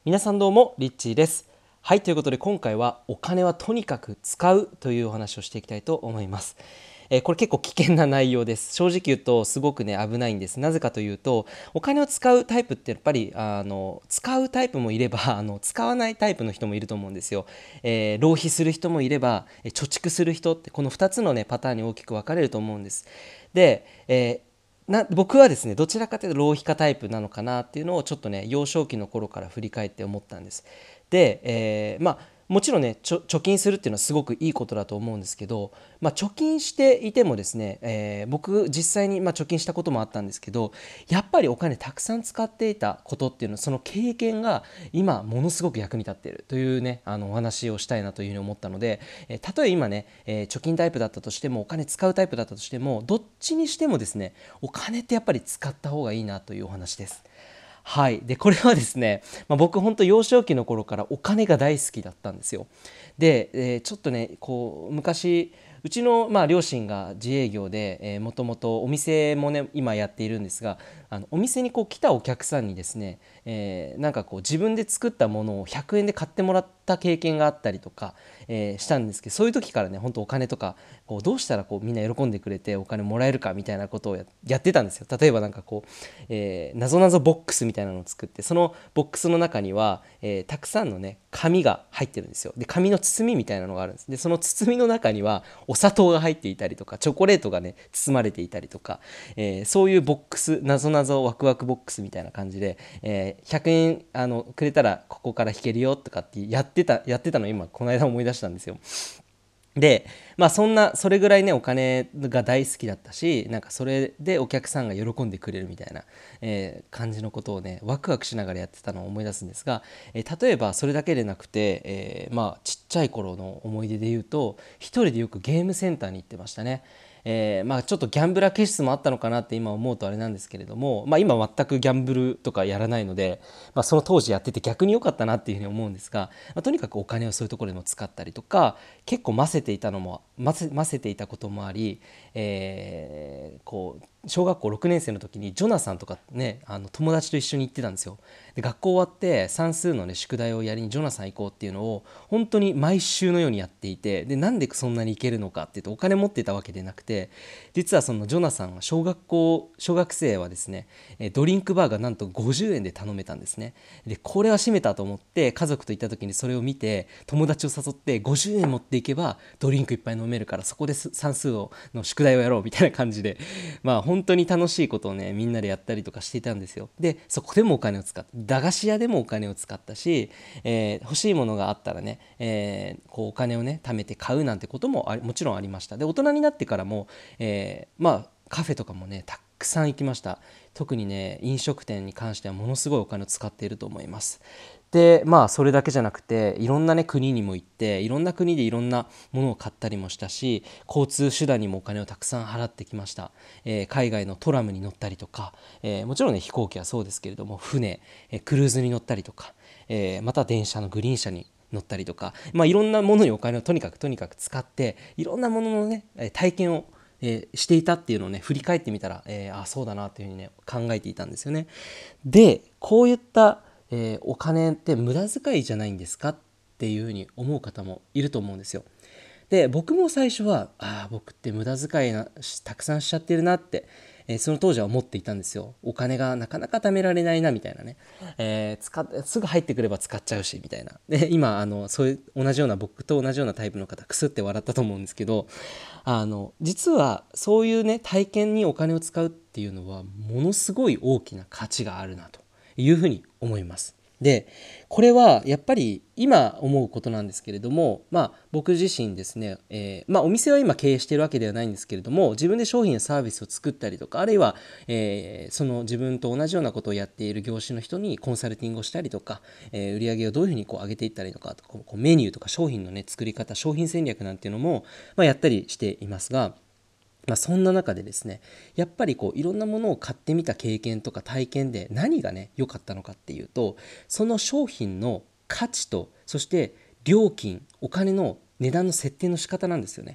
皆さんどうもリッチーです。はい、ということで今回はお金はとにかく使うというお話をしていきたいと思います。これ結構危険な内容です。正直言うとすごくね危ないんです。なぜかというと、お金を使うタイプってやっぱり使うタイプもいれば使わないタイプの人もいると思うんですよ。浪費する人もいれば貯蓄する人って、この2つのねパターンに大きく分かれると思うんです。で、僕はですねどちらかというと浪費家タイプなのかなっていうのをちょっとね幼少期の頃から振り返って思ったんです。で、もちろんね貯金するっていうのはすごくいいことだと思うんですけど、貯金していてもですね、僕実際に貯金したこともあったんですけど、やっぱりお金たくさん使っていたことっていうのは、その経験が今ものすごく役に立っているというねお話をしたいなというふうに思ったので、たとえ今ね、貯金タイプだったとしてもお金使うタイプだったとしても、どっちにしてもですねお金ってやっぱり使った方がいいなというお話です。はい、でこれはですね、僕本当幼少期の頃からお金が大好きだったんですよ。で、ちょっとねこう昔うちの両親が自営業でもともとお店もね今やっているんですが、お店にこう来たお客さんにですね、なんかこう自分で作ったものを100円で買ってもらった経験があったりとか、したんですけど、そういう時からね本当お金とかこうどうしたらこうみんな喜んでくれてお金もらえるかみたいなことをやってたんですよ。例えばなんかこう、なぞなぞボックスみたいなのを作って、そのボックスの中には、たくさんのね紙が入ってるんですよ。で紙の包みみたいなのがあるんです。でその包みの中にはお砂糖が入っていたりとかチョコレートがね包まれていたりとか、そういうボックス、なぞなぞワクワクボックスみたいな感じで、100円くれたらここから引けるよとかってやってたのを今この間思い出したんですよ。でそれぐらいねお金が大好きだったし、なんかそれでお客さんが喜んでくれるみたいな、感じのことをねワクワクしながらやってたのを思い出すんですが、例えばそれだけでなくて、ちっちゃい頃の思い出で言うと、一人でよくゲームセンターに行ってましたね。ちょっとギャンブラー気質もあったのかなって今思うとあれなんですけれども、今全くギャンブルとかやらないので、その当時やってて逆に良かったなっていうふうに思うんですが、とにかくお金をそういうところでも使ったりとか、結構混ぜていたこともあり、こう小学校6年生の時にジョナサンとかね友達と一緒に行ってたんですよ。で学校終わって算数のね宿題をやりにジョナサン行こうっていうのを本当に毎週のようにやっていて、でなんでそんなに行けるのかっていうと、お金持ってたわけでなくて、実はそのジョナサンは小学生はですね、ドリンクバーがなんと50円で頼めたんですね。でこれは閉めたと思って家族と行った時にそれを見て、友達を誘って50円持っていけばドリンクいっぱい飲めるから、そこで算数の宿題をやろうみたいな感じで、本当に楽しいことをねみんなでやったりとかしていたんですよ。でそこでもお金を使って、駄菓子屋でもお金を使ったし、欲しいものがあったらね、こうお金をね貯めて買うなんてことももちろんありました。で大人になってからも、カフェとかもねたくさん行きました。特にね飲食店に関してはものすごいお金を使っていると思います。でそれだけじゃなくて、いろんなね国にも行って、いろんな国でいろんなものを買ったりもしたし、交通手段にもお金をたくさん払ってきました。海外のトラムに乗ったりとか、もちろんね飛行機はそうですけれども、船、クルーズに乗ったりとか、また電車のグリーン車に乗ったりとか、いろんなものにお金をとにかく使って、いろんなもののね体験をしていたっていうのをね振り返ってみたら、そうだなというふうにね考えていたんですよね。でこういった、お金って無駄遣いじゃないんですかっていうふうに思う方もいると思うんですよ。で僕も最初は僕って無駄遣いたくさんしちゃってるなって、その当時は思っていたんですよ。お金がなかなか貯められないなみたいなね、すぐ入ってくれば使っちゃうしみたいな。で今そういう僕と同じようなタイプの方クスって笑ったと思うんですけど、実はそういうね体験にお金を使うっていうのはものすごい大きな価値があるなというふうに思います。でこれはやっぱり今思うことなんですけれども、僕自身ですね、お店は今経営しているわけではないんですけれども、自分で商品やサービスを作ったりとか、あるいは、その自分と同じようなことをやっている業種の人にコンサルティングをしたりとか、売り上げをどういうふうにこう上げていったらいいのかとか、こうメニューとか商品のね作り方、商品戦略なんていうのも、やったりしていますが、そんな中でですね、やっぱりこういろんなものを買ってみた経験とか体験で何がね良かったのかっていうと、その商品の価値と、そして料金、お金の値段の設定の仕方なんですよね。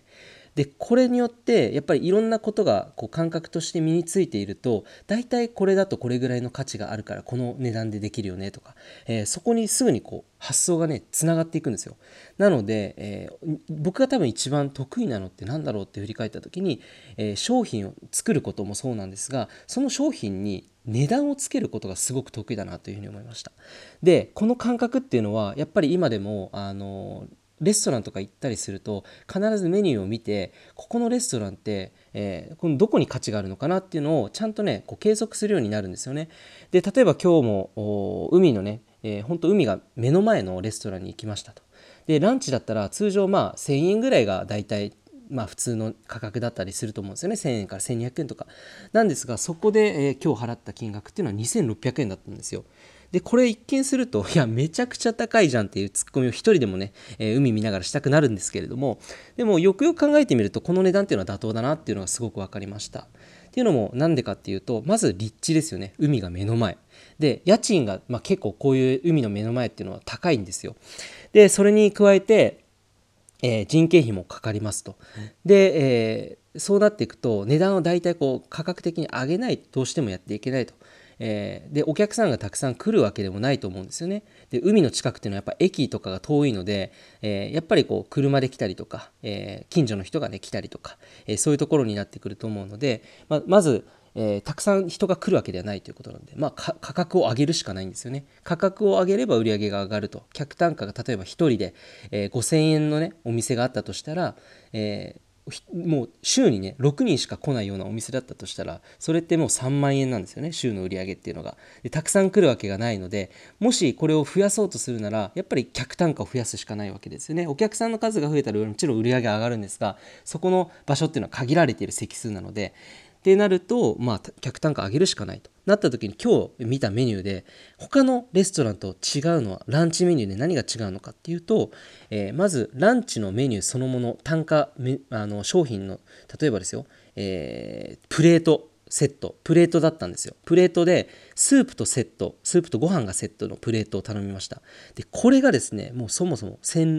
でこれによってやっぱりいろんなことがこう感覚として身についていると、大体これだとこれぐらいの価値があるからこの値段でできるよねとか、そこにすぐにこう発想がねつながっていくんですよ。なので、僕が多分一番得意なのって何だろうって振り返った時に、商品を作ることもそうなんですが、その商品に値段をつけることがすごく得意だなというふうに思いました。でこの感覚っていうのはやっぱり今でもレストランとか行ったりすると必ずメニューを見て、ここのレストランって、このどこに価値があるのかなっていうのをちゃんとねこう計測するようになるんですよね。で例えば今日も海のね、本当海が目の前のレストランに行きましたと。でランチだったら通常1000円ぐらいがだいたい普通の価格だったりすると思うんですよね。1000円から1200円とかなんですが、そこで、今日払った金額っていうのは2600円だったんですよ。でこれ一見するといやめちゃくちゃ高いじゃんっていうツッコミを一人でもね、海見ながらしたくなるんですけれども、でもよくよく考えてみるとこの値段っていうのは妥当だなっていうのがすごく分かりました。っていうのもなんでかっていうと、まず立地ですよね。海が目の前で家賃が、結構こういう海の目の前っていうのは高いんですよ。でそれに加えて人件費もかかりますと。で、そうなっていくと値段をだいたいこう価格的に上げないとどうしてもやっていけないと。でお客さんがたくさん来るわけでもないと思うんですよね。で海の近くっていうのはやっぱ駅とかが遠いので、やっぱりこう車で来たりとか、近所の人がね来たりとか、そういうところになってくると思うので、まずたくさん人が来るわけではないということなので、価格を上げるしかないんですよね。価格を上げれば売り上げが上がると。客単価が例えば1人で、5000円のねお店があったとしたら、もう週にね6人しか来ないようなお店だったとしたら、それってもう3万円なんですよね、週の売り上げっていうのが。でたくさん来るわけがないので、もしこれを増やそうとするならやっぱり客単価を増やすしかないわけですよね。お客さんの数が増えたらもちろん売り上げが上がるんですが、そこの場所っていうのは限られている席数なので、ってなると、客単価上げるしかないとなった時に、今日見たメニューで他のレストランと違うのはランチメニューで何が違うのかっていうと、まずランチのメニューそのもの、単価商品の例えばですよ、プレートセット、プレートだったんですよ。プレートでスープとセット、スープとご飯がセットのプレートを頼みました。でこれがですね、もうそもそも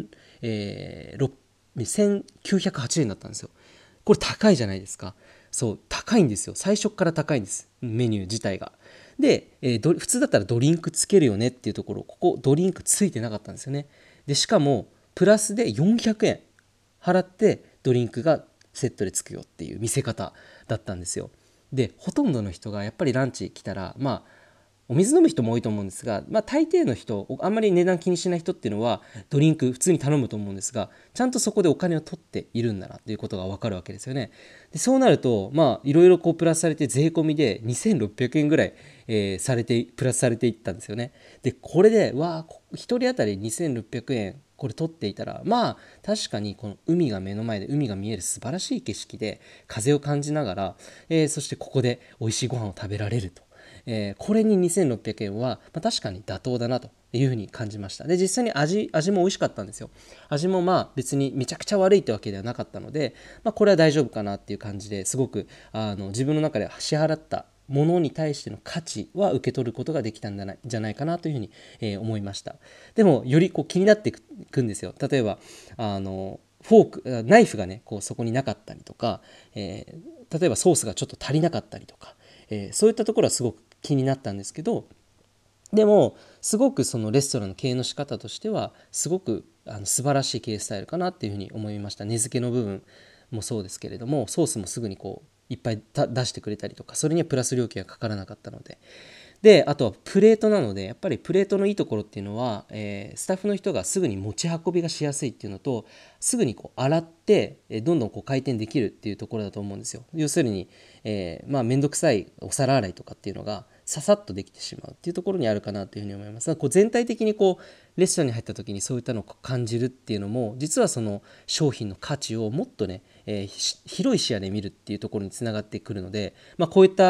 1908円だったんですよ。これ高いじゃないですか。そう高いんですよ。最初から高いんです、メニュー自体が。で、普通だったらドリンクつけるよねっていうところ、ここドリンクついてなかったんですよね。でしかもプラスで400円払ってドリンクがセットでつくよっていう見せ方だったんですよ。でほとんどの人がやっぱりランチ来たら、お水飲む人も多いと思うんですが、大抵の人、あんまり値段気にしない人っていうのはドリンク普通に頼むと思うんですが、ちゃんとそこでお金を取っているんだなということが分かるわけですよね。でそうなるといろいろこうプラスされて税込みで2600円ぐらい、プラスされていったんですよね。でこれで1人当たり2600円これ取っていたら、確かにこの海が目の前で海が見える素晴らしい景色で風を感じながら、そしてここで美味しいご飯を食べられると。これに2600円は、確かに妥当だなというふうに感じました。で実際に味も美味しかったんですよ。味も別にめちゃくちゃ悪いってわけではなかったので、これは大丈夫かなっていう感じで、すごく自分の中で支払ったものに対しての価値は受け取ることができたんじゃないかなというふうに、思いました。でもよりこう気になっていくんですよ。例えばナイフがねこうそこになかったりとか、例えばソースがちょっと足りなかったりとか、そういったところはすごく気になったんですけど、でもすごくそのレストランの経営の仕方としてはすごく素晴らしい経営スタイルかなっていうふうに思いました。値付けの部分もそうですけれども、ソースもすぐにこういっぱい出してくれたりとか、それにはプラス料金がかからなかったので。であとはプレートなので、やっぱりプレートのいいところっていうのは、スタッフの人がすぐに持ち運びがしやすいっていうのと、すぐにこう洗って、どんどんこう回転できるっていうところだと思うんですよ。要するに、めんどくさいお皿洗いとかっていうのがささっとできてしまうっていうところにあるかなというふうに思います。こう全体的にこうレストランに入った時にそういったのを感じるっていうのも、実はその商品の価値をもっとね、広い視野で見るっていうところにつながってくるので、こういった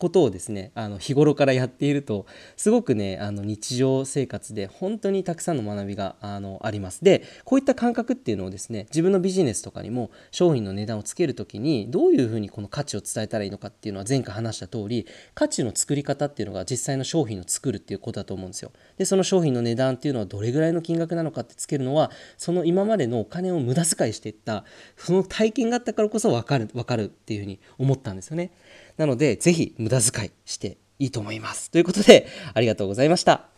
ことをですね日頃からやっているとすごくね日常生活で本当にたくさんの学びがあります。でこういった感覚っていうのをですね自分のビジネスとかにも商品の値段をつけるときにどういうふうにこの価値を伝えたらいいのかっていうのは前回話した通り価値の作り方っていうのが実際の商品を作るっていうことだと思うんですよ。でその商品の値段っていうのはどれぐらいの金額なのかってつけるのはその今までのお金を無駄遣いしていったその体験があったからこそ分かるっていうふうに思ったんですよね。なのでぜひ無駄遣いしていいと思います。ということでありがとうございました。